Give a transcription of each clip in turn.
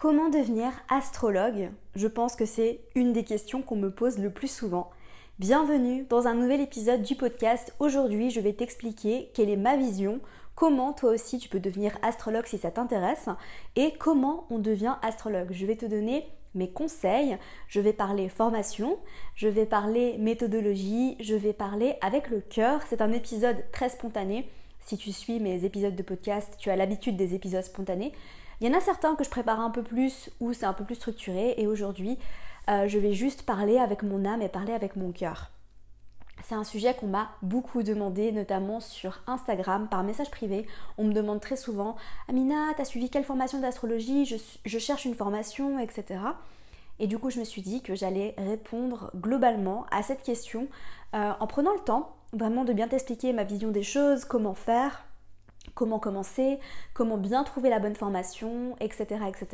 Comment devenir astrologue? Je pense que c'est une des questions qu'on me pose le plus souvent. Bienvenue dans un nouvel épisode du podcast. Aujourd'hui, je vais t'expliquer quelle est ma vision, comment toi aussi tu peux devenir astrologue si ça t'intéresse et comment on devient astrologue. Je vais te donner mes conseils, je vais parler formation, je vais parler méthodologie, je vais parler avec le cœur. C'est un épisode très spontané. Si tu suis mes épisodes de podcast, tu as l'habitude des épisodes spontanés. Il y en a certains que je prépare un peu plus où c'est un peu plus structuré et aujourd'hui je vais juste parler avec mon âme et parler avec mon cœur. C'est un sujet qu'on m'a beaucoup demandé, notamment sur Instagram par message privé. On me demande très souvent « Amina, t'as suivi quelle formation d'astrologie ? Je cherche une formation, etc. » Et du coup je me suis dit que j'allais répondre globalement à cette question en prenant le temps vraiment de bien t'expliquer ma vision des choses, comment faire, comment commencer, comment bien trouver la bonne formation, etc.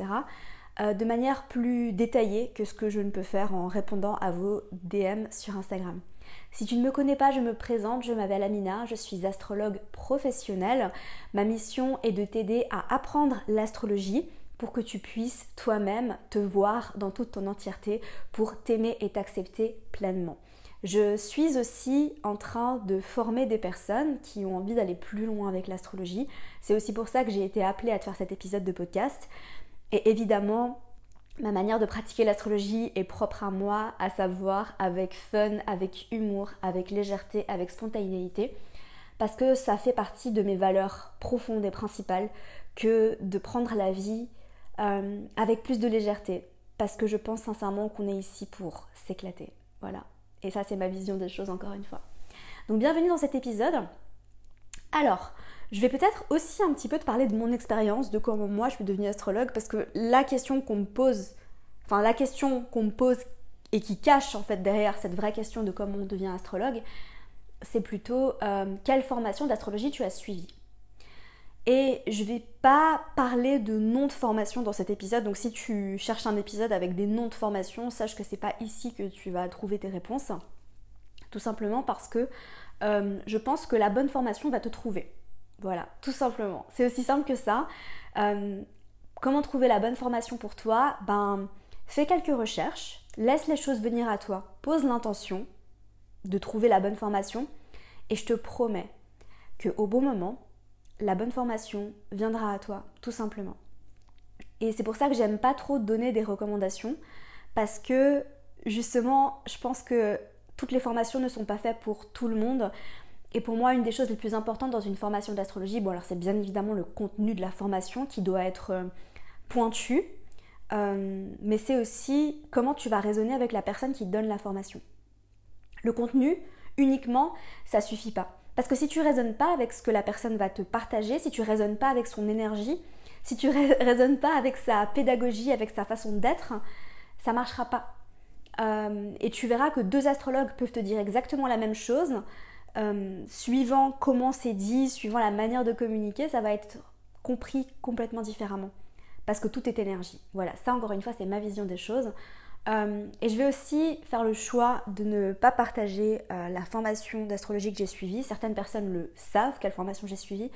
De manière plus détaillée que ce que je ne peux faire en répondant à vos DM sur Instagram. Si tu ne me connais pas, je me présente, je m'appelle Amina, je suis astrologue professionnelle. Ma mission est de t'aider à apprendre l'astrologie pour que tu puisses toi-même te voir dans toute ton entièreté pour t'aimer et t'accepter pleinement. Je suis aussi en train de former des personnes qui ont envie d'aller plus loin avec l'astrologie. C'est aussi pour ça que j'ai été appelée à te faire cet épisode de podcast. Et évidemment, ma manière de pratiquer l'astrologie est propre à moi, à savoir avec fun, avec humour, avec légèreté, avec spontanéité. Parce que ça fait partie de mes valeurs profondes et principales que de prendre la vie avec plus de légèreté. Parce que je pense sincèrement qu'on est ici pour s'éclater. Voilà. Et ça, c'est ma vision des choses encore une fois. Donc bienvenue dans cet épisode. Alors, je vais peut-être aussi un petit peu te parler de mon expérience, de comment moi je suis devenue astrologue, parce que la question qu'on me pose et qui cache en fait derrière cette vraie question de comment on devient astrologue, c'est plutôt quelle formation d'astrologie tu as suivie. Et je vais pas parler de noms de formation dans cet épisode, donc si tu cherches un épisode avec des noms de formation, sache que c'est pas ici que tu vas trouver tes réponses. Tout simplement parce que je pense que la bonne formation va te trouver. Voilà, tout simplement. C'est aussi simple que ça. Comment trouver la bonne formation pour toi ? Fais quelques recherches, laisse les choses venir à toi, pose l'intention de trouver la bonne formation et je te promets qu'au bon moment, la bonne formation viendra à toi, tout simplement. Et c'est pour ça que j'aime pas trop donner des recommandations, parce que justement, je pense que toutes les formations ne sont pas faites pour tout le monde. Et pour moi, une des choses les plus importantes dans une formation d'astrologie, alors c'est bien évidemment le contenu de la formation qui doit être pointu, mais c'est aussi comment tu vas raisonner avec la personne qui donne la formation. Le contenu, uniquement, ça suffit pas. Parce que si tu ne raisonnes pas avec ce que la personne va te partager, si tu ne raisonnes pas avec son énergie, si tu ne raisonnes pas avec sa pédagogie, avec sa façon d'être, ça ne marchera pas. Et tu verras que deux astrologues peuvent te dire exactement la même chose, suivant comment c'est dit, suivant la manière de communiquer, ça va être compris complètement différemment. Parce que tout est énergie. Voilà, ça encore une fois, c'est ma vision des choses. Et je vais aussi faire le choix de ne pas partager la formation d'astrologie que j'ai suivie. Certaines personnes le savent, quelle formation j'ai suivie.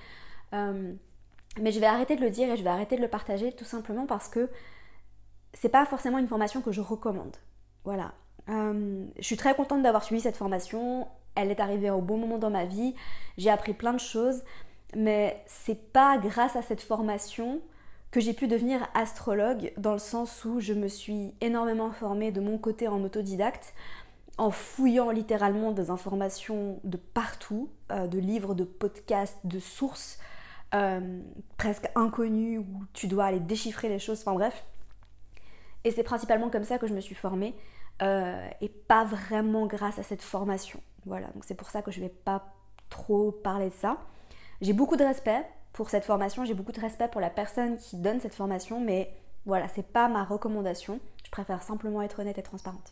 Mais je vais arrêter de le dire et je vais arrêter de le partager tout simplement parce que c'est pas forcément une formation que je recommande. Voilà. Je suis très contente d'avoir suivi cette formation. Elle est arrivée au bon moment dans ma vie. J'ai appris plein de choses. Mais c'est pas grâce à cette formation que j'ai pu devenir astrologue, dans le sens où je me suis énormément formée de mon côté en autodidacte, en fouillant littéralement des informations de partout, de livres, de podcasts, de sources presque inconnues où tu dois aller déchiffrer les choses, enfin bref. Et c'est principalement comme ça que je me suis formée et pas vraiment grâce à cette formation. Voilà, donc c'est pour ça que je vais pas trop parler de ça. J'ai beaucoup de respect pour cette formation, j'ai beaucoup de respect pour la personne qui donne cette formation, mais voilà, c'est pas ma recommandation. Je préfère simplement être honnête et transparente.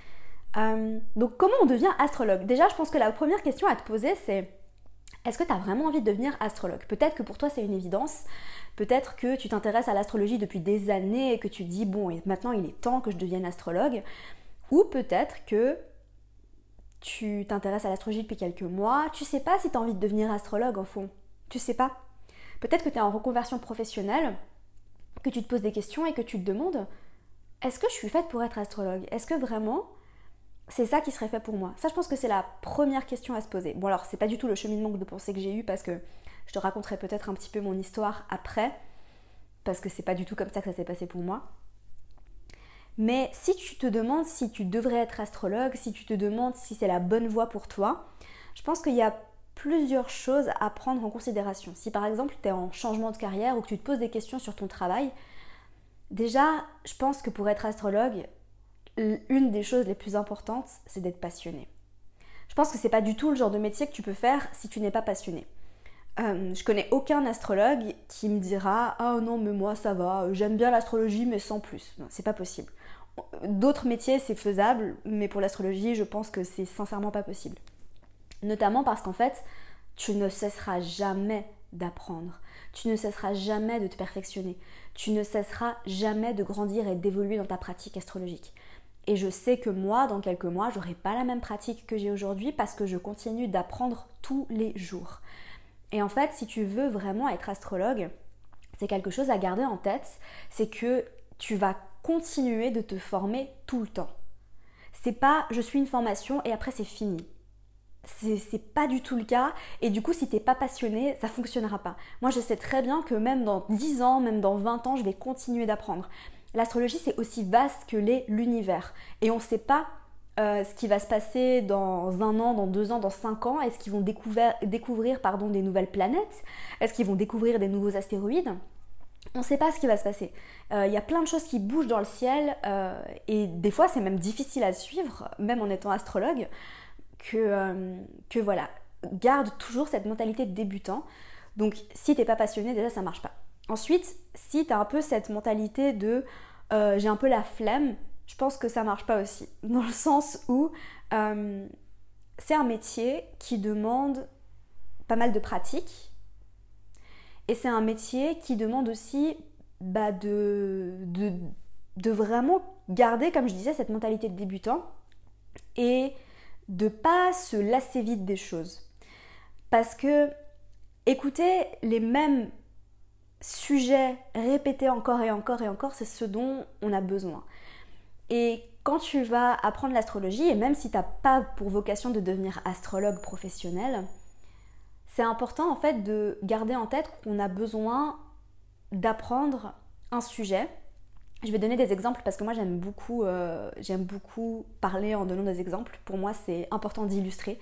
Donc comment on devient astrologue ? Déjà, je pense que la première question à te poser, c'est est-ce que tu as vraiment envie de devenir astrologue ? Peut-être que pour toi c'est une évidence, peut-être que tu t'intéresses à l'astrologie depuis des années et que tu te dis bon, et maintenant il est temps que je devienne astrologue, ou peut-être que tu t'intéresses à l'astrologie depuis quelques mois, tu sais pas si tu as envie de devenir astrologue au fond, tu sais pas. Peut-être que tu es en reconversion professionnelle que tu te poses des questions et que tu te demandes, est-ce que je suis faite pour être astrologue? Est-ce que vraiment c'est ça qui serait fait pour moi? Ça, je pense que c'est la première question à se poser. Bon, alors c'est pas du tout le cheminement de pensée que j'ai eu, parce que je te raconterai peut-être un petit peu mon histoire après, parce que c'est pas du tout comme ça que ça s'est passé pour moi. Mais si tu te demandes si tu devrais être astrologue, si tu te demandes si c'est la bonne voie pour toi, je pense qu'il y a plusieurs choses à prendre en considération. Si par exemple tu es en changement de carrière ou que tu te poses des questions sur ton travail, déjà, je pense que pour être astrologue, une des choses les plus importantes, c'est d'être passionné. Je pense que c'est pas du tout le genre de métier que tu peux faire si tu n'es pas passionné. Je connais aucun astrologue qui me dira « Ah non, mais moi ça va, j'aime bien l'astrologie mais sans plus ». Non, c'est pas possible. D'autres métiers c'est faisable, mais pour l'astrologie je pense que c'est sincèrement pas possible. Notamment parce qu'en fait, tu ne cesseras jamais d'apprendre. Tu ne cesseras jamais de te perfectionner. Tu ne cesseras jamais de grandir et d'évoluer dans ta pratique astrologique. Et je sais que moi, dans quelques mois, j'aurai pas la même pratique que j'ai aujourd'hui parce que je continue d'apprendre tous les jours. Et en fait, si tu veux vraiment être astrologue, c'est quelque chose à garder en tête, c'est que tu vas continuer de te former tout le temps. C'est pas je suis une formation et après c'est fini. C'est pas du tout le cas, et du coup si t'es pas passionné, ça fonctionnera pas. Moi je sais très bien que même dans 10 ans, même dans 20 ans, je vais continuer d'apprendre. L'astrologie c'est aussi vaste que l'est l'univers, et on sait pas ce qui va se passer dans 1 an, dans 2 ans, dans 5 ans. Est-ce qu'ils vont découvrir des nouvelles planètes? Est-ce qu'ils vont découvrir des nouveaux astéroïdes? On ne sait pas ce qui va se passer. Il y a plein de choses qui bougent dans le ciel, et des fois c'est même difficile à suivre, même en étant astrologue, que voilà, garde toujours cette mentalité de débutant. Donc si t'es pas passionné, déjà ça marche pas. Ensuite, si t'as un peu cette mentalité de j'ai un peu la flemme, je pense que ça marche pas aussi. Dans le sens où c'est un métier qui demande pas mal de pratique, et c'est un métier qui demande aussi de vraiment garder, comme je disais, cette mentalité de débutant et de pas se lasser vite des choses. Parce que écouter les mêmes sujets répétés encore et encore et encore, c'est ce dont on a besoin. Et quand tu vas apprendre l'astrologie, et même si tu n'as pas pour vocation de devenir astrologue professionnel, c'est important en fait de garder en tête qu'on a besoin d'apprendre un sujet. Je vais donner des exemples parce que moi j'aime beaucoup parler en donnant des exemples. Pour moi c'est important d'illustrer.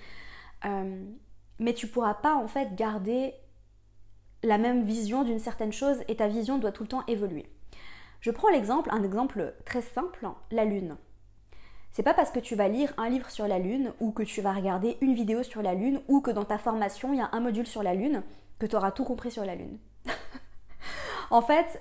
Mais tu pourras pas en fait garder la même vision d'une certaine chose, et ta vision doit tout le temps évoluer. Je prends un exemple très simple, la Lune. C'est pas parce que tu vas lire un livre sur la Lune, ou que tu vas regarder une vidéo sur la Lune, ou que dans ta formation il y a un module sur la Lune, que tu auras tout compris sur la Lune. En fait,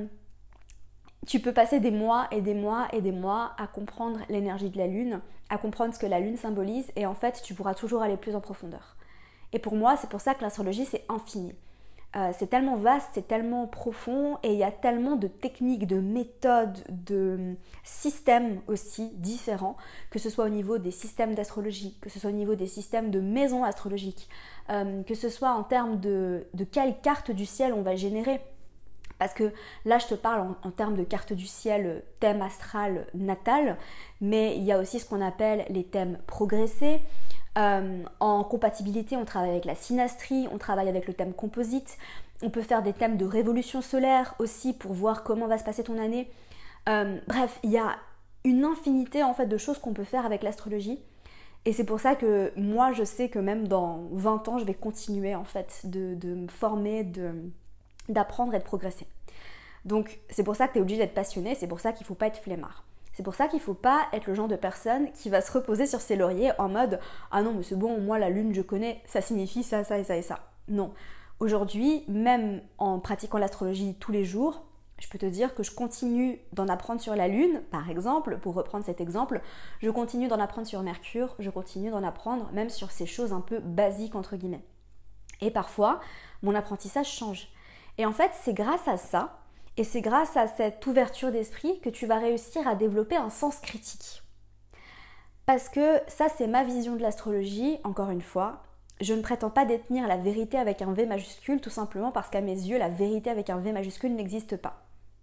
tu peux passer des mois et des mois et des mois à comprendre l'énergie de la Lune, à comprendre ce que la Lune symbolise, et en fait tu pourras toujours aller plus en profondeur. Et pour moi, c'est pour ça que l'astrologie c'est infini. C'est tellement vaste, c'est tellement profond, et il y a tellement de techniques, de méthodes, de systèmes aussi différents, que ce soit au niveau des systèmes d'astrologie, que ce soit au niveau des systèmes de maisons astrologiques, que ce soit en termes de quelle carte du ciel on va générer. Parce que là, je te parle en termes de carte du ciel, thème astral natal, mais il y a aussi ce qu'on appelle les thèmes progressés. En compatibilité, on travaille avec la synastrie, on travaille avec le thème composite. On peut faire des thèmes de révolution solaire aussi pour voir comment va se passer ton année. Bref, il y a une infinité en fait de choses qu'on peut faire avec l'astrologie. Et c'est pour ça que moi, je sais que même dans 20 ans, je vais continuer en fait de me former, d'apprendre et de progresser. Donc c'est pour ça que tu es obligé d'être passionné, c'est pour ça qu'il ne faut pas être flemmard. C'est pour ça qu'il ne faut pas être le genre de personne qui va se reposer sur ses lauriers en mode « Ah non mais c'est bon, moi la lune je connais, ça signifie ça, ça et ça et ça ». Non. Aujourd'hui, même en pratiquant l'astrologie tous les jours, je peux te dire que je continue d'en apprendre sur la lune, par exemple, pour reprendre cet exemple, je continue d'en apprendre sur Mercure, je continue d'en apprendre même sur ces choses un peu basiques entre guillemets. Et parfois, mon apprentissage change. Et en fait, c'est grâce à ça, et c'est grâce à cette ouverture d'esprit que tu vas réussir à développer un sens critique. Parce que ça, c'est ma vision de l'astrologie, encore une fois. Je ne prétends pas détenir la vérité avec un V majuscule, tout simplement parce qu'à mes yeux, la vérité avec un V majuscule n'existe pas.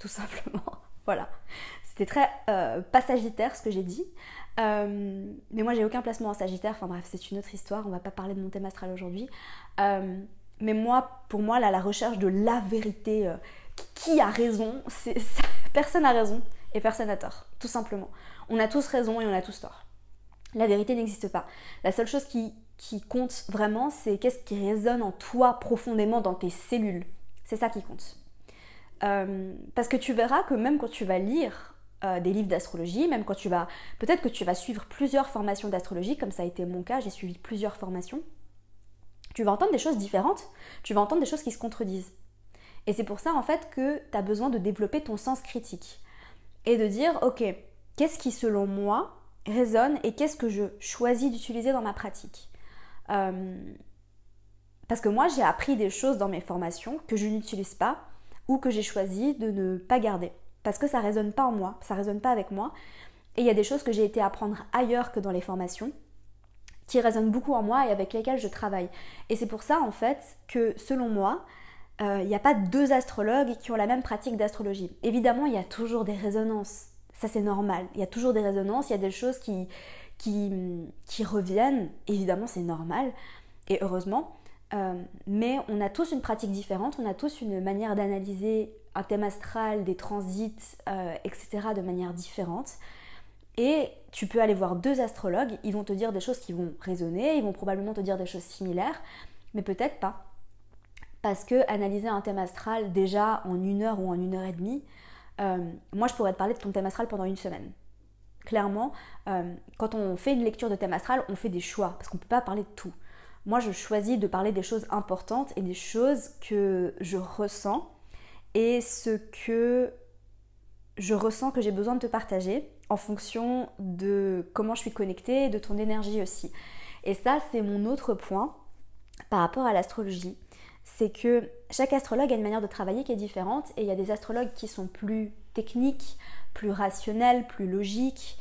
tout simplement. Voilà, c'était très pas sagittaire ce que j'ai dit, mais moi j'ai aucun placement en sagittaire, enfin bref c'est une autre histoire, on va pas parler de mon thème astral aujourd'hui, mais moi, pour moi là, la recherche de la vérité, qui a raison, personne n'a raison et personne n'a tort, tout simplement. On a tous raison et on a tous tort. La vérité n'existe pas. La seule chose qui compte vraiment, c'est qu'est-ce qui résonne en toi profondément dans tes cellules. C'est ça qui compte. Parce que tu verras que même quand tu vas lire des livres d'astrologie, même quand peut-être que tu vas suivre plusieurs formations d'astrologie, comme ça a été mon cas, j'ai suivi plusieurs formations, tu vas entendre des choses différentes, tu vas entendre des choses qui se contredisent. Et c'est pour ça en fait que tu as besoin de développer ton sens critique et de dire ok, qu'est-ce qui selon moi résonne et qu'est-ce que je choisis d'utiliser dans ma pratique. Parce que moi j'ai appris des choses dans mes formations que je n'utilise pas ou que j'ai choisi de ne pas garder parce que ça résonne pas en moi, ça résonne pas avec moi. Et il y a des choses que j'ai été apprendre ailleurs que dans les formations qui résonnent beaucoup en moi et avec lesquelles je travaille. Et c'est pour ça en fait que selon moi, il n'y a pas deux astrologues qui ont la même pratique d'astrologie. Évidemment, il y a toujours des résonances, ça c'est normal. Il y a toujours des résonances, il y a des choses qui reviennent, évidemment c'est normal et heureusement. Mais on a tous une pratique différente, on a tous une manière d'analyser un thème astral, des transits, etc. de manière différente. Et tu peux aller voir deux astrologues, ils vont te dire des choses qui vont résonner, ils vont probablement te dire des choses similaires, mais peut-être pas. Parce que analyser un thème astral déjà en 1 heure ou en 1 heure et demie, moi je pourrais te parler de ton thème astral pendant 1 semaine. Clairement, quand on fait une lecture de thème astral, on fait des choix, parce qu'on ne peut pas parler de tout. Moi, je choisis de parler des choses importantes et des choses que je ressens et ce que je ressens que j'ai besoin de te partager en fonction de comment je suis connectée et de ton énergie aussi. Et ça, c'est mon autre point par rapport à l'astrologie. C'est que chaque astrologue a une manière de travailler qui est différente et il y a des astrologues qui sont plus techniques, plus rationnels, plus logiques,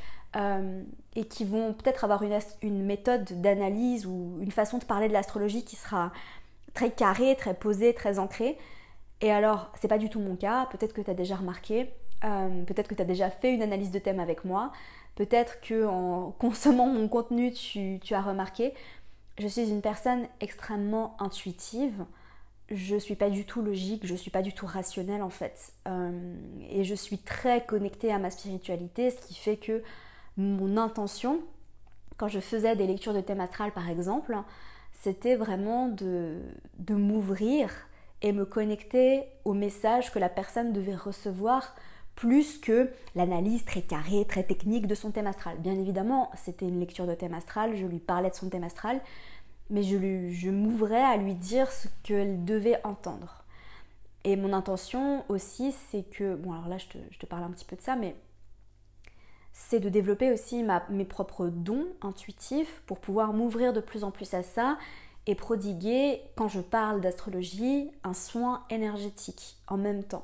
et qui vont peut-être avoir une méthode d'analyse ou une façon de parler de l'astrologie qui sera très carrée, très posée, très ancrée. Et alors, c'est pas du tout mon cas, peut-être que tu as déjà remarqué, peut-être que tu as déjà fait une analyse de thème avec moi, peut-être qu'en consommant mon contenu, tu as remarqué, je suis une personne extrêmement intuitive, je suis pas du tout logique, je suis pas du tout rationnelle en fait, et je suis très connectée à ma spiritualité, ce qui fait que mon intention, quand je faisais des lectures de thème astral par exemple, c'était vraiment de m'ouvrir et me connecter au message que la personne devait recevoir plus que l'analyse très carrée, très technique de son thème astral. Bien évidemment, c'était une lecture de thème astral, je lui parlais de son thème astral, mais je m'ouvrais à lui dire ce qu'elle devait entendre. Et mon intention aussi, c'est que, bon alors là je te parle un petit peu de ça, mais c'est de développer aussi mes propres dons intuitifs pour pouvoir m'ouvrir de plus en plus à ça et prodiguer, quand je parle d'astrologie, un soin énergétique en même temps.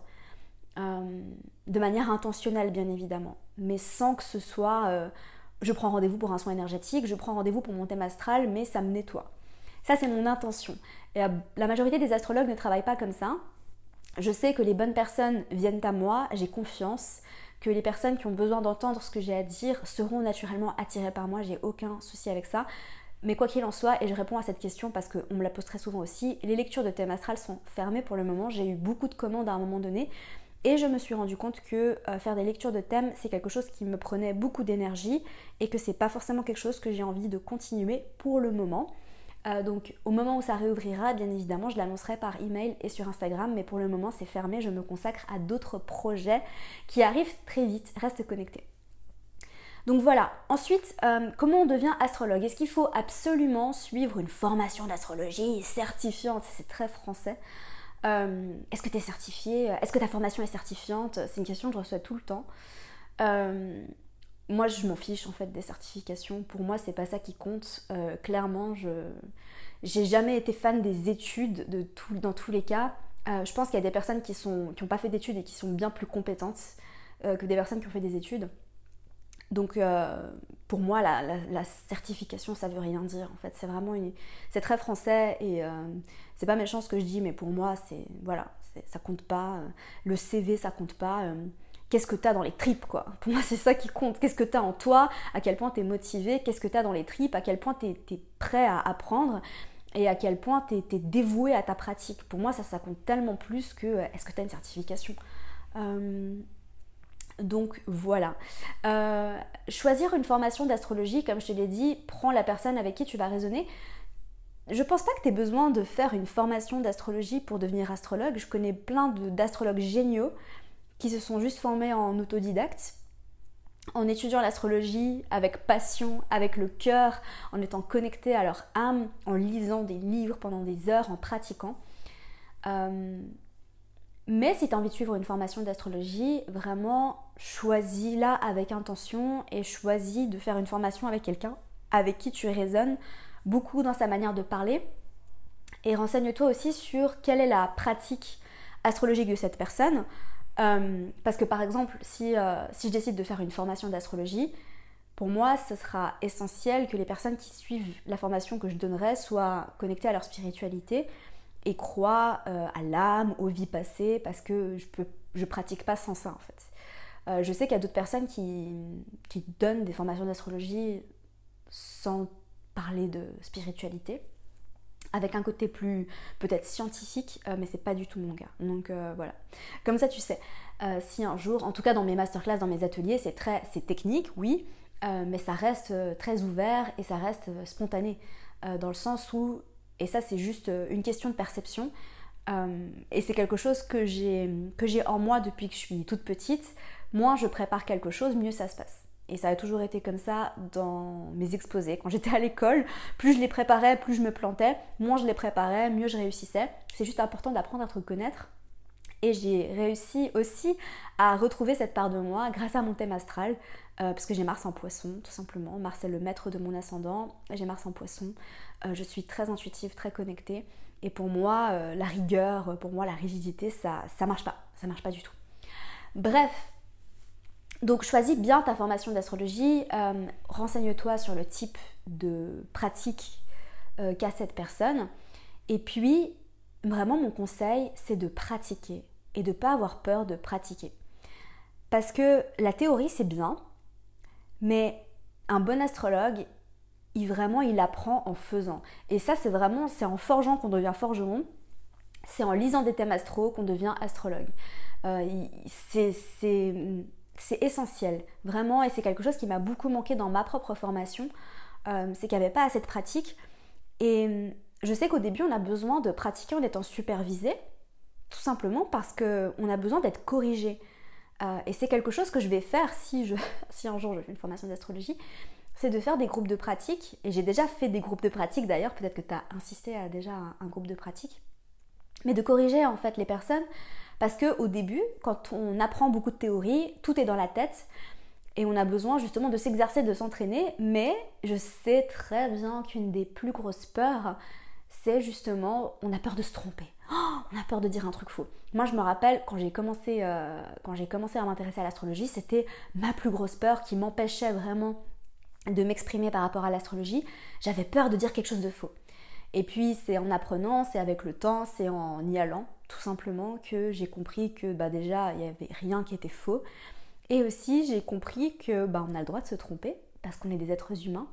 De manière intentionnelle bien évidemment, mais sans que ce soit je prends rendez-vous pour un soin énergétique, je prends rendez-vous pour mon thème astral, mais ça me nettoie. Ça c'est mon intention. Et la majorité des astrologues ne travaillent pas comme ça. Je sais que les bonnes personnes viennent à moi, j'ai confiance, que les personnes qui ont besoin d'entendre ce que j'ai à dire seront naturellement attirées par moi, j'ai aucun souci avec ça. Mais quoi qu'il en soit, et je réponds à cette question parce qu'on me la pose très souvent aussi, les lectures de thème astral sont fermées pour le moment, j'ai eu beaucoup de commandes à un moment donné, et je me suis rendu compte que faire des lectures de thème, c'est quelque chose qui me prenait beaucoup d'énergie, et que c'est pas forcément quelque chose que j'ai envie de continuer pour le moment. Donc au moment où ça réouvrira, bien évidemment, je l'annoncerai par email et sur Instagram, mais pour le moment c'est fermé, je me consacre à d'autres projets qui arrivent très vite, reste connecté. Donc voilà, ensuite, comment on devient astrologue? Est-ce qu'il faut absolument suivre une formation d'astrologie certifiante? C'est très français. Est-ce que tu es certifié? Est-ce que ta formation est certifiante? C'est une question que je reçois tout le temps. Moi je m'en fiche en fait des certifications, pour moi c'est pas ça qui compte, clairement j'ai jamais été fan des études dans tous les cas. Je pense qu'il y a des personnes qui n'ont pas fait d'études et qui sont bien plus compétentes que des personnes qui ont fait des études. Donc pour moi la certification ça veut rien dire en fait, c'est vraiment c'est très français et c'est pas méchant ce que je dis, mais pour moi c'est voilà, ça compte pas. Le CV, ça compte pas. Qu'est-ce que tu as dans les tripes, quoi. Pour moi, c'est ça qui compte. Qu'est-ce que tu as en toi, à quel point tu es motivé, qu'est-ce que tu as dans les tripes, à quel point tu es prêt à apprendre et à quel point tu es dévoué à ta pratique. Pour moi, ça compte tellement plus que est-ce que tu as une certification. Donc voilà. Choisir une formation d'astrologie, comme je te l'ai dit, prends la personne avec qui tu vas raisonner. Je pense pas que tu aies besoin de faire une formation d'astrologie pour devenir astrologue. Je connais plein d'astrologues géniaux qui se sont juste formés en autodidacte, en étudiant l'astrologie avec passion, avec le cœur, en étant connectés à leur âme, en lisant des livres pendant des heures, en pratiquant. Mais si tu as envie de suivre une formation d'astrologie, vraiment choisis-la avec intention et choisis de faire une formation avec quelqu'un avec qui tu résonnes beaucoup dans sa manière de parler. Et renseigne-toi aussi sur quelle est la pratique astrologique de cette personne. Parce que par exemple, si je décide de faire une formation d'astrologie, pour moi, ce sera essentiel que les personnes qui suivent la formation que je donnerai soient connectées à leur spiritualité et croient à l'âme, aux vies passées, parce que je pratique pas sans ça en fait. Je sais qu'il y a d'autres personnes qui donnent des formations d'astrologie sans parler de spiritualité, avec un côté plus peut-être scientifique, mais c'est pas du tout mon cas. Donc voilà. Comme ça tu sais, si un jour, en tout cas dans mes masterclass, dans mes ateliers, c'est technique, oui, mais ça reste très ouvert et ça reste spontané, dans le sens où, et ça c'est juste une question de perception, et c'est quelque chose que j'ai en moi depuis que je suis toute petite. Moins je prépare quelque chose, mieux ça se passe. Et ça a toujours été comme ça dans mes exposés. Quand j'étais à l'école, plus je les préparais, plus je me plantais. Moins je les préparais, mieux je réussissais. C'est juste important d'apprendre à te connaître. Et j'ai réussi aussi à retrouver cette part de moi grâce à mon thème astral. Parce que j'ai Mars en Poisson, tout simplement. Mars est le maître de mon ascendant. J'ai Mars en Poisson. Je suis très intuitive, très connectée. Et pour moi, la rigueur, pour moi, la rigidité, ça marche pas. Ça marche pas du tout. Bref. Donc choisis bien ta formation d'astrologie, renseigne-toi sur le type de pratique qu'a cette personne. Et puis, vraiment mon conseil, c'est de pratiquer et de ne pas avoir peur de pratiquer. Parce que la théorie, c'est bien, mais un bon astrologue, il apprend en faisant. Et ça, c'est en forgeant qu'on devient forgeron, c'est en lisant des thèmes astro qu'on devient astrologue. C'est essentiel, vraiment, et c'est quelque chose qui m'a beaucoup manqué dans ma propre formation, c'est qu'il n'y avait pas assez de pratique. Et je sais qu'au début, on a besoin de pratiquer en étant supervisé, tout simplement parce qu'on a besoin d'être corrigé. Et c'est quelque chose que je vais faire si un jour je fais une formation d'astrologie, c'est de faire des groupes de pratique. Et j'ai déjà fait des groupes de pratique d'ailleurs, peut-être que tu as insisté à déjà un groupe de pratique, mais de corriger en fait les personnes. Parce qu'au début, quand on apprend beaucoup de théorie, tout est dans la tête et on a besoin justement de s'exercer, de s'entraîner. Mais je sais très bien qu'une des plus grosses peurs, c'est justement, on a peur de se tromper. On a peur de dire un truc faux. Moi, je me rappelle, quand j'ai commencé à m'intéresser à l'astrologie, c'était ma plus grosse peur qui m'empêchait vraiment de m'exprimer par rapport à l'astrologie. J'avais peur de dire quelque chose de faux. Et puis c'est en apprenant, c'est avec le temps, c'est en y allant tout simplement que j'ai compris que déjà il n'y avait rien qui était faux. Et aussi j'ai compris que on a le droit de se tromper parce qu'on est des êtres humains,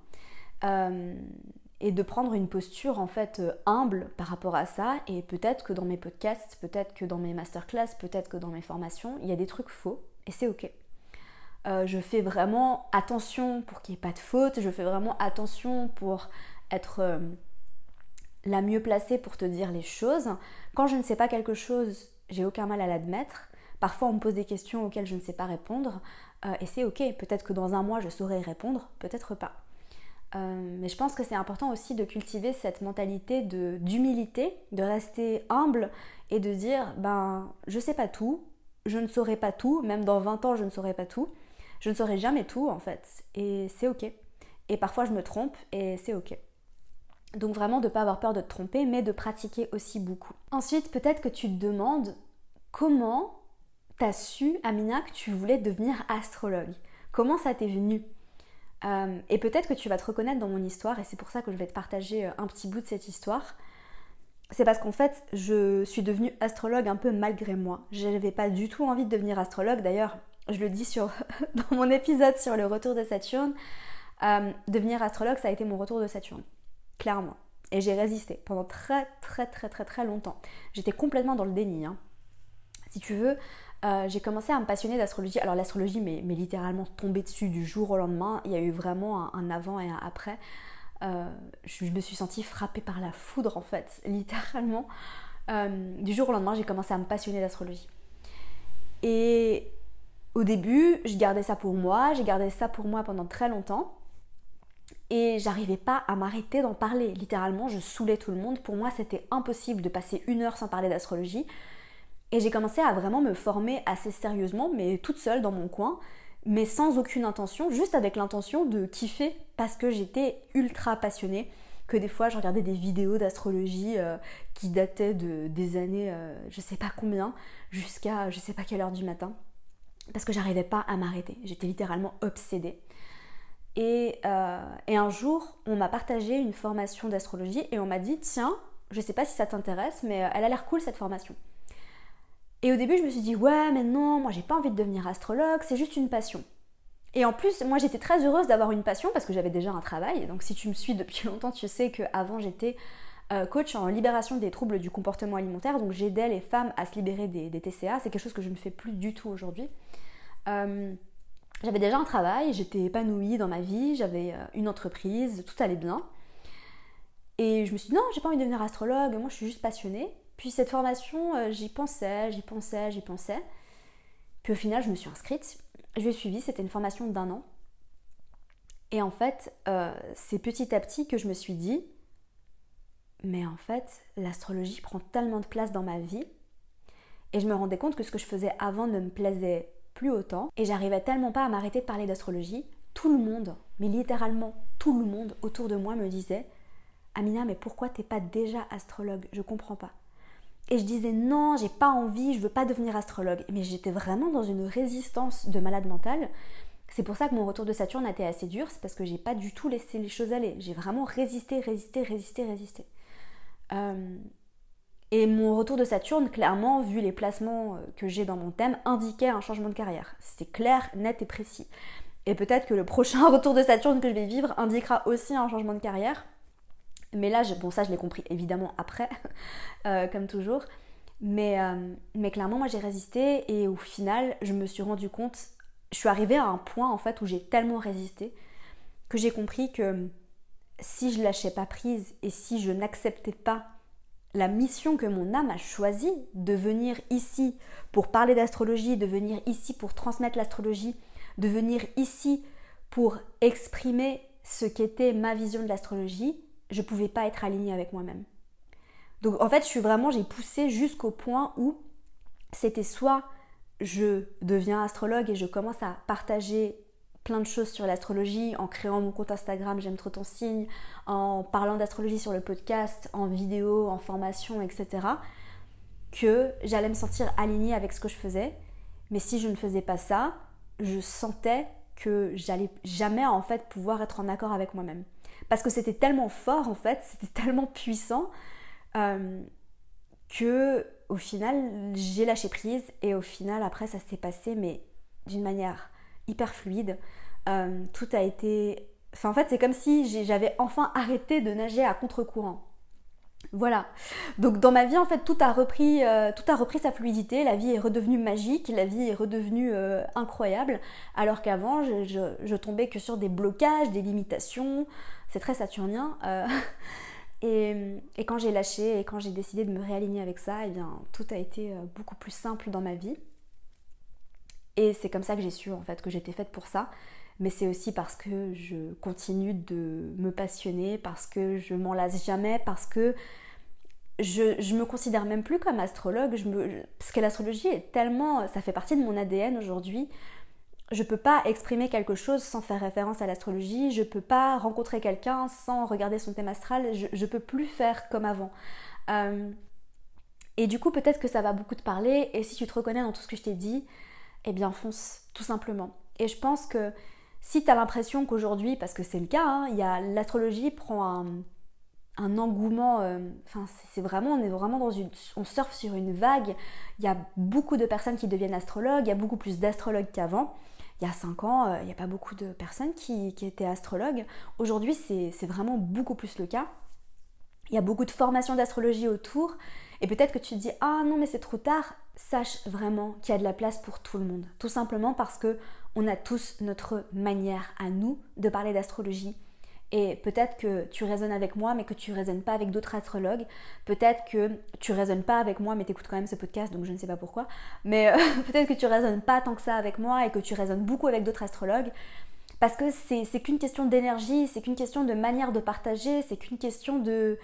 et de prendre une posture en fait humble par rapport à ça. Et peut-être que dans mes podcasts, peut-être que dans mes masterclass, peut-être que dans mes formations, il y a des trucs faux et c'est ok. Je fais vraiment attention pour qu'il n'y ait pas de faute, je fais vraiment attention pour être la mieux placée pour te dire les choses. Quand je ne sais pas quelque chose, j'ai aucun mal à l'admettre. Parfois, on me pose des questions auxquelles je ne sais pas répondre, et c'est ok. Peut-être que dans un mois, je saurai y répondre, peut-être pas. Mais je pense que c'est important aussi de cultiver cette mentalité d'humilité, de rester humble et de dire je sais pas tout, je ne saurai pas tout, même dans 20 ans, je ne saurai pas tout. Je ne saurai jamais tout en fait, et c'est ok. Et parfois, je me trompe, et c'est ok. Donc vraiment de ne pas avoir peur de te tromper, mais de pratiquer aussi beaucoup. Ensuite, peut-être que tu te demandes comment tu as su, Amina, que tu voulais devenir astrologue. Comment ça t'est venu ? Et peut-être que tu vas te reconnaître dans mon histoire, et c'est pour ça que je vais te partager un petit bout de cette histoire. c'est parce qu'en fait, je suis devenue astrologue un peu malgré moi. Je n'avais pas du tout envie de devenir astrologue. D'ailleurs, je le dis dans mon épisode sur le retour de Saturne. Devenir astrologue, ça a été mon retour de Saturne, clairement. Et j'ai résisté pendant très très très très très longtemps. J'étais complètement dans le déni. Si tu veux, j'ai commencé à me passionner d'astrologie. Alors l'astrologie m'est littéralement tombée dessus du jour au lendemain. Il y a eu vraiment un avant et un après. Je me suis sentie frappée par la foudre en fait, littéralement. Du jour au lendemain, j'ai commencé à me passionner d'astrologie. Et au début, je gardais ça pour moi. J'ai gardé ça pour moi pendant très longtemps. Et j'arrivais pas à m'arrêter d'en parler. Littéralement, je saoulais tout le monde. Pour moi, c'était impossible de passer 1 heure sans parler d'astrologie. Et j'ai commencé à vraiment me former assez sérieusement, mais toute seule dans mon coin, mais sans aucune intention, juste avec l'intention de kiffer parce que j'étais ultra passionnée, que des fois je regardais des vidéos d'astrologie qui dataient des années je sais pas combien, jusqu'à je sais pas quelle heure du matin, parce que j'arrivais pas à m'arrêter, j'étais littéralement obsédée. Et un jour, on m'a partagé une formation d'astrologie et on m'a dit, tiens, je sais pas si ça t'intéresse, mais elle a l'air cool cette formation. Et au début, je me suis dit, ouais, mais non, moi j'ai pas envie de devenir astrologue, c'est juste une passion. Et en plus, moi j'étais très heureuse d'avoir une passion parce que j'avais déjà un travail. Donc si tu me suis depuis longtemps, tu sais qu'avant j'étais coach en libération des troubles du comportement alimentaire. Donc j'aidais les femmes à se libérer des TCA. C'est quelque chose que je ne fais plus du tout aujourd'hui. J'avais déjà un travail, j'étais épanouie dans ma vie, j'avais une entreprise, tout allait bien. Et je me suis dit, non, j'ai pas envie de devenir astrologue, moi je suis juste passionnée. Puis cette formation, j'y pensais. Puis au final, je me suis inscrite. Je l'ai suivie, c'était une formation d'1 an. Et en fait, c'est petit à petit que je me suis dit, mais en fait, l'astrologie prend tellement de place dans ma vie. Et je me rendais compte que ce que je faisais avant ne me plaisait plus autant. Et j'arrivais tellement pas à m'arrêter de parler d'astrologie. Tout le monde, mais littéralement tout le monde autour de moi me disait, Amina, mais pourquoi t'es pas déjà astrologue? Je comprends pas. Et je disais non, j'ai pas envie, je veux pas devenir astrologue. Mais j'étais vraiment dans une résistance de malade mentale. C'est pour ça que mon retour de Saturne a été assez dur, c'est parce que j'ai pas du tout laissé les choses aller. J'ai vraiment résisté. Et mon retour de Saturne, clairement, vu les placements que j'ai dans mon thème, indiquait un changement de carrière. C'était clair, net et précis. Et peut-être que le prochain retour de Saturne que je vais vivre indiquera aussi un changement de carrière. Mais là, ça je l'ai compris évidemment après, comme toujours. Mais clairement, moi j'ai résisté et au final, je me suis rendu compte, je suis arrivée à un point en fait où j'ai tellement résisté que j'ai compris que si je lâchais pas prise et si je n'acceptais pas la mission que mon âme a choisie de venir ici pour parler d'astrologie, de venir ici pour transmettre l'astrologie, de venir ici pour exprimer ce qu'était ma vision de l'astrologie, je ne pouvais pas être alignée avec moi-même. Donc en fait, j'ai poussé jusqu'au point où c'était soit je deviens astrologue et je commence à partager plein de choses sur l'astrologie en créant mon compte Instagram J'aime trop ton signe, en parlant d'astrologie sur le podcast, en vidéo, en formation, etc. que j'allais me sentir alignée avec ce que je faisais. Mais si je ne faisais pas ça, je sentais que j'allais jamais en fait pouvoir être en accord avec moi-même. Parce que c'était tellement fort en fait, c'était tellement puissant que au final j'ai lâché prise et au final après ça s'est passé mais d'une manière hyper fluide. Tout a été... Enfin en fait c'est comme si j'avais enfin arrêté de nager à contre-courant. Voilà. Donc dans ma vie en fait tout a repris sa fluidité, la vie est redevenue magique, la vie est redevenue incroyable, alors qu'avant je tombais que sur des blocages, des limitations, c'est très saturnien. Et quand j'ai lâché et quand j'ai décidé de me réaligner avec ça, eh bien tout a été beaucoup plus simple dans ma vie. Et c'est comme ça que j'ai su en fait que j'étais faite pour ça. Mais c'est aussi parce que je continue de me passionner, parce que je m'en lasse jamais, parce que je me considère même plus comme astrologue, parce que l'astrologie est tellement, ça fait partie de mon ADN aujourd'hui. Je peux pas exprimer quelque chose sans faire référence à l'astrologie, je peux pas rencontrer quelqu'un sans regarder son thème astral, je peux plus faire comme avant. Et du coup peut-être que ça va beaucoup te parler, et si tu te reconnais dans tout ce que je t'ai dit, eh bien fonce, tout simplement. Et je pense que si tu as l'impression qu'aujourd'hui, parce que c'est le cas, l'astrologie prend un engouement, c'est vraiment, on est vraiment on surfe sur une vague. Il y a beaucoup de personnes qui deviennent astrologues, il y a beaucoup plus d'astrologues qu'avant. Il y a 5 ans, il n'y a pas beaucoup de personnes qui étaient astrologues. Aujourd'hui, c'est vraiment beaucoup plus le cas. Il y a beaucoup de formations d'astrologie autour. Et peut-être que tu te dis « Ah non, mais c'est trop tard », sache vraiment qu'il y a de la place pour tout le monde. Tout simplement parce que on a tous notre manière à nous de parler d'astrologie. Et peut-être que tu résonnes avec moi, mais que tu ne résonnes pas avec d'autres astrologues. Peut-être que tu ne résonnes pas avec moi, mais tu écoutes quand même ce podcast, donc je ne sais pas pourquoi. Mais peut-être que tu ne résonnes pas tant que ça avec moi et que tu résonnes beaucoup avec d'autres astrologues. Parce que c'est qu'une question d'énergie, c'est qu'une question de manière de partager, c'est qu'une question de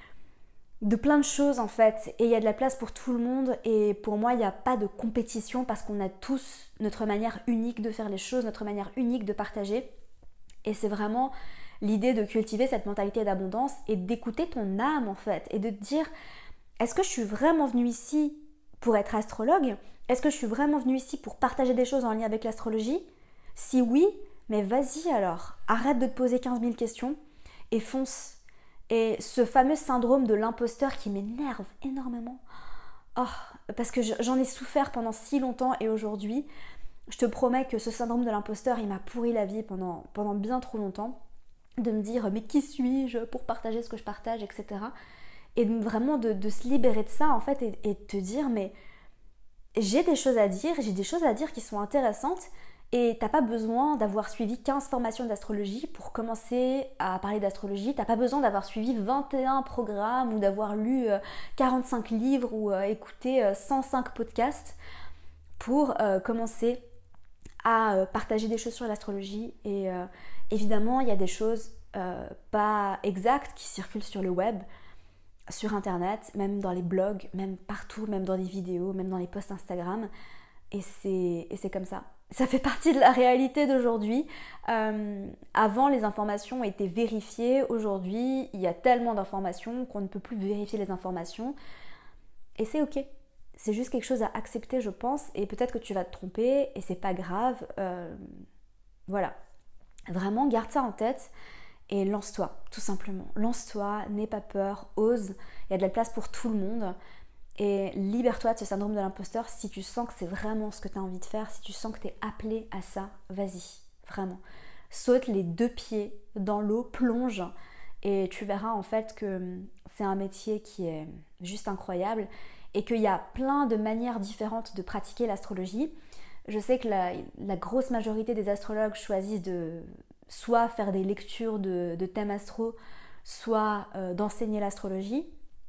plein de choses en fait. Et il y a de la place pour tout le monde. Et pour moi, il n'y a pas de compétition parce qu'on a tous notre manière unique de faire les choses, notre manière unique de partager. Et c'est vraiment l'idée de cultiver cette mentalité d'abondance et d'écouter ton âme en fait. Et de te dire, est-ce que je suis vraiment venue ici pour être astrologue ? Est-ce que je suis vraiment venue ici pour partager des choses en lien avec l'astrologie ? Si oui, mais vas-y alors. Arrête de te poser 15 000 questions et fonce. Et ce fameux syndrome de l'imposteur qui m'énerve énormément. Oh, parce que j'en ai souffert pendant si longtemps et aujourd'hui, je te promets que ce syndrome de l'imposteur, il m'a pourri la vie pendant bien trop longtemps. De me dire, mais qui suis-je pour partager ce que je partage, etc. Et vraiment de se libérer de ça, en fait, et de te dire, mais j'ai des choses à dire qui sont intéressantes, et t'as pas besoin d'avoir suivi 15 formations d'astrologie pour commencer à parler d'astrologie, t'as pas besoin d'avoir suivi 21 programmes ou d'avoir lu 45 livres ou écouté 105 podcasts pour commencer à partager des choses sur l'astrologie. Et évidemment, il y a des choses pas exactes qui circulent sur le web, sur internet, même dans les blogs, même partout, même dans les vidéos, même dans les posts Instagram. Et c'est comme ça. Ça fait partie de la réalité d'aujourd'hui. Avant, les informations étaient vérifiées. Aujourd'hui, il y a tellement d'informations qu'on ne peut plus vérifier les informations. Et c'est ok. C'est juste quelque chose à accepter, je pense. Et peut-être que tu vas te tromper et c'est pas grave. Voilà. Vraiment, garde ça en tête et lance-toi, tout simplement. Lance-toi, n'aie pas peur, ose. Il y a de la place pour tout le monde. Et libère-toi de ce syndrome de l'imposteur si tu sens que c'est vraiment ce que tu as envie de faire, si tu sens que tu es appelé à ça, vas-y, vraiment. Saute les 2 pieds dans l'eau, plonge et tu verras en fait que c'est un métier qui est juste incroyable et qu'il y a plein de manières différentes de pratiquer l'astrologie. Je sais que la grosse majorité des astrologues choisissent de soit faire des lectures de thèmes astro, soit d'enseigner l'astrologie.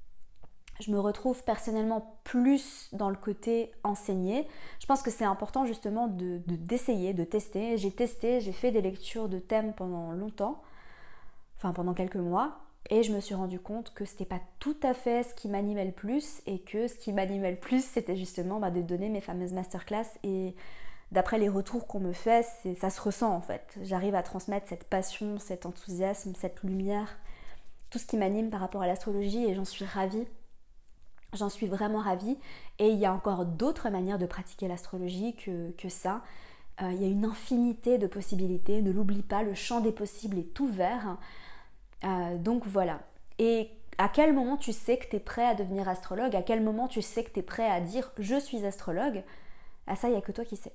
Je me retrouve personnellement plus dans le côté enseigner. Je pense que c'est important justement d'essayer, de tester. J'ai testé, j'ai fait des lectures de thèmes pendant longtemps, enfin pendant quelques mois, et je me suis rendu compte que c'était pas tout à fait ce qui m'animait le plus, et que ce qui m'animait le plus, c'était justement de donner mes fameuses masterclass. Et d'après les retours qu'on me fait, ça se ressent en fait. J'arrive à transmettre cette passion, cet enthousiasme, cette lumière, tout ce qui m'anime par rapport à l'astrologie, et j'en suis ravie. J'en suis vraiment ravie. Et il y a encore d'autres manières de pratiquer l'astrologie que ça. Il y a une infinité de possibilités. Ne l'oublie pas, le champ des possibles est ouvert. Donc voilà. Et à quel moment tu sais que tu es prêt à devenir astrologue ? À quel moment tu sais que tu es prêt à dire « je suis astrologue ?» Ça, il n'y a que toi qui sais.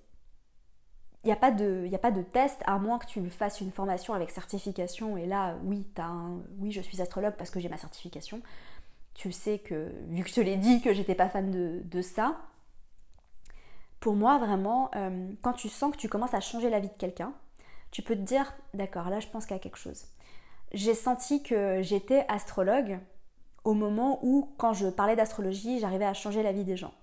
Il n'y a pas de test, à moins que tu fasses une formation avec certification. Et là, oui, oui, je suis astrologue parce que j'ai ma certification. Tu sais que, vu que je te l'ai dit, que j'étais pas fan de ça. Pour moi, vraiment, quand tu sens que tu commences à changer la vie de quelqu'un, tu peux te dire, d'accord, là je pense qu'il y a quelque chose. J'ai senti que j'étais astrologue au moment où, quand je parlais d'astrologie, j'arrivais à changer la vie des gens.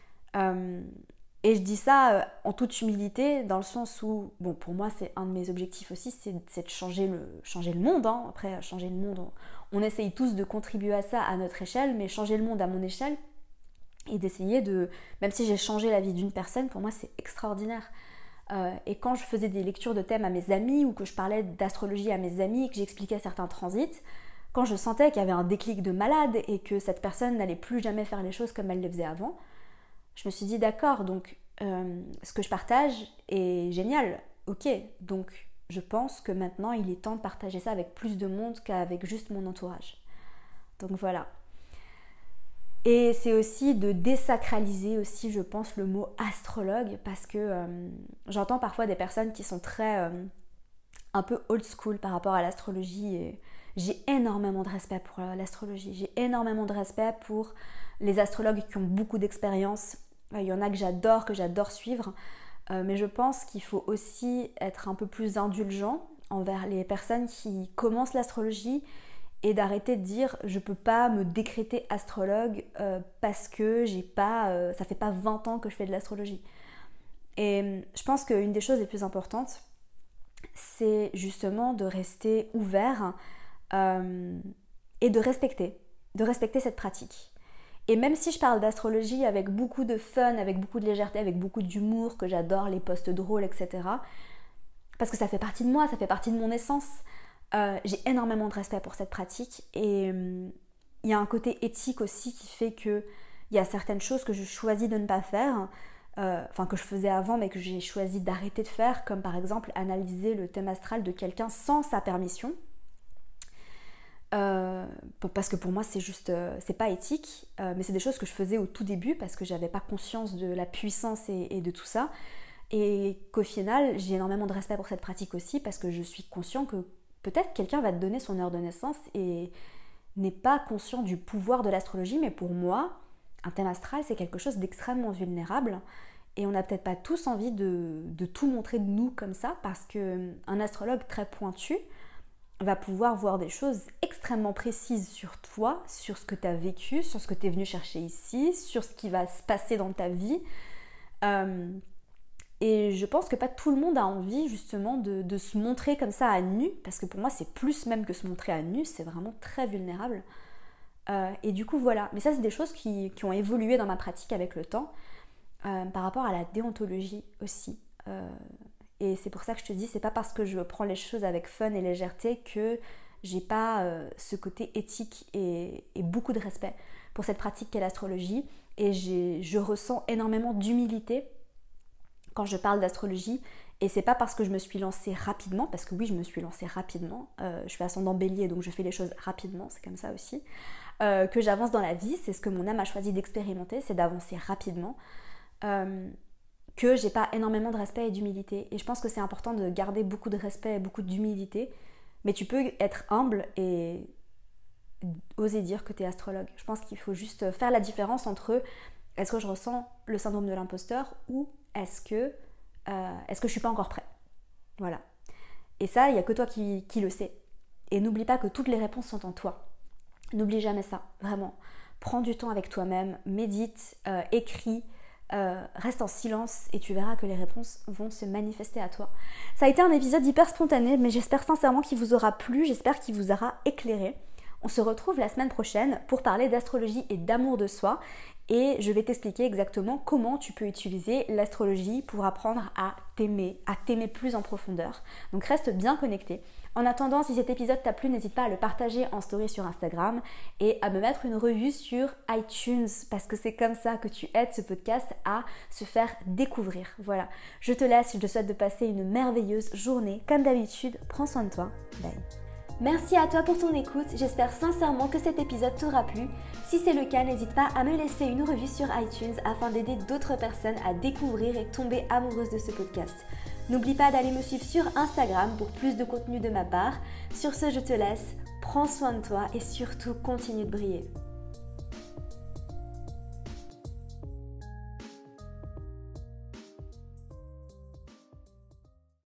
Et je dis ça en toute humilité, dans le sens où, bon, pour moi, c'est un de mes objectifs aussi, c'est de changer le monde. Hein. Après, changer le monde, on essaye tous de contribuer à ça à notre échelle, mais changer le monde à mon échelle, et d'essayer même si j'ai changé la vie d'une personne, pour moi, c'est extraordinaire. Et quand je faisais des lectures de thèmes à mes amis, ou que je parlais d'astrologie à mes amis, et que j'expliquais certains transits, quand je sentais qu'il y avait un déclic de malade, et que cette personne n'allait plus jamais faire les choses comme elle les faisait avant, je me suis dit d'accord, donc ce que je partage est génial, ok, donc je pense que maintenant il est temps de partager ça avec plus de monde qu'avec juste mon entourage. Donc voilà. Et c'est aussi de désacraliser aussi, je pense, le mot astrologue, parce que j'entends parfois des personnes qui sont très un peu old school par rapport à l'astrologie, et j'ai énormément de respect pour l'astrologie, j'ai énormément de respect pour les astrologues qui ont beaucoup d'expérience. Il y en a que j'adore suivre, mais je pense qu'il faut aussi être un peu plus indulgent envers les personnes qui commencent l'astrologie et d'arrêter de dire je peux pas me décréter astrologue parce que ça fait pas 20 ans que je fais de l'astrologie. Et je pense qu'une des choses les plus importantes, c'est justement de rester ouvert et de respecter cette pratique. Et même si je parle d'astrologie avec beaucoup de fun, avec beaucoup de légèreté, avec beaucoup d'humour, que j'adore les posts drôles, etc., parce que ça fait partie de moi, ça fait partie de mon essence, j'ai énormément de respect pour cette pratique. Et il y a un côté éthique aussi qui fait qu'il y a certaines choses que je choisis de ne pas faire, que je faisais avant mais que j'ai choisi d'arrêter de faire, comme par exemple analyser le thème astral de quelqu'un sans sa permission. Parce que pour moi c'est pas éthique, mais c'est des choses que je faisais au tout début parce que j'avais pas conscience de la puissance et de tout ça, et qu'au final j'ai énormément de respect pour cette pratique aussi parce que je suis conscient que peut-être quelqu'un va te donner son heure de naissance et n'est pas conscient du pouvoir de l'astrologie, mais pour moi un thème astral c'est quelque chose d'extrêmement vulnérable et on n'a peut-être pas tous envie de tout montrer de nous comme ça, parce qu'un astrologue très pointu va pouvoir voir des choses extrêmement précises sur toi, sur ce que tu as vécu, sur ce que tu es venu chercher ici, sur ce qui va se passer dans ta vie. Et je pense que pas tout le monde a envie justement de se montrer comme ça à nu, parce que pour moi c'est plus même que se montrer à nu, c'est vraiment très vulnérable. Et du coup voilà, mais ça c'est des choses qui ont évolué dans ma pratique avec le temps, par rapport à la déontologie aussi. Et c'est pour ça que je te dis, c'est pas parce que je prends les choses avec fun et légèreté que j'ai pas ce côté éthique et beaucoup de respect pour cette pratique qu'est l'astrologie. Et je ressens énormément d'humilité quand je parle d'astrologie. Et c'est pas parce que je me suis lancée rapidement, parce que oui, je me suis lancée rapidement. Je fais ascendant bélier, donc je fais les choses rapidement, c'est comme ça aussi. Que j'avance dans la vie, c'est ce que mon âme a choisi d'expérimenter, c'est d'avancer rapidement. Que j'ai pas énormément de respect et d'humilité. Et je pense que c'est important de garder beaucoup de respect et beaucoup d'humilité, mais tu peux être humble et oser dire que tu es astrologue. Je pense qu'il faut juste faire la différence entre est-ce que je ressens le syndrome de l'imposteur ou est-ce que je suis pas encore prêt. Voilà. Et ça, il n'y a que toi qui le sais. Et n'oublie pas que toutes les réponses sont en toi. N'oublie jamais ça, vraiment. Prends du temps avec toi-même, médite, écris, reste en silence et tu verras que les réponses vont se manifester à toi. Ça a été un épisode hyper spontané, mais j'espère sincèrement qu'il vous aura plu, j'espère qu'il vous aura éclairé. On se retrouve la semaine prochaine pour parler d'astrologie et d'amour de soi, et je vais t'expliquer exactement comment tu peux utiliser l'astrologie pour apprendre à t'aimer plus en profondeur. Donc reste bien connecté. En attendant, si cet épisode t'a plu, n'hésite pas à le partager en story sur Instagram et à me mettre une review sur iTunes, parce que c'est comme ça que tu aides ce podcast à se faire découvrir. Voilà, je te laisse, je te souhaite de passer une merveilleuse journée. Comme d'habitude, prends soin de toi. Bye. Merci à toi pour ton écoute, j'espère sincèrement que cet épisode t'aura plu. Si c'est le cas, n'hésite pas à me laisser une review sur iTunes afin d'aider d'autres personnes à découvrir et tomber amoureuses de ce podcast. N'oublie pas d'aller me suivre sur Instagram pour plus de contenu de ma part. Sur ce, je te laisse, prends soin de toi et surtout continue de briller.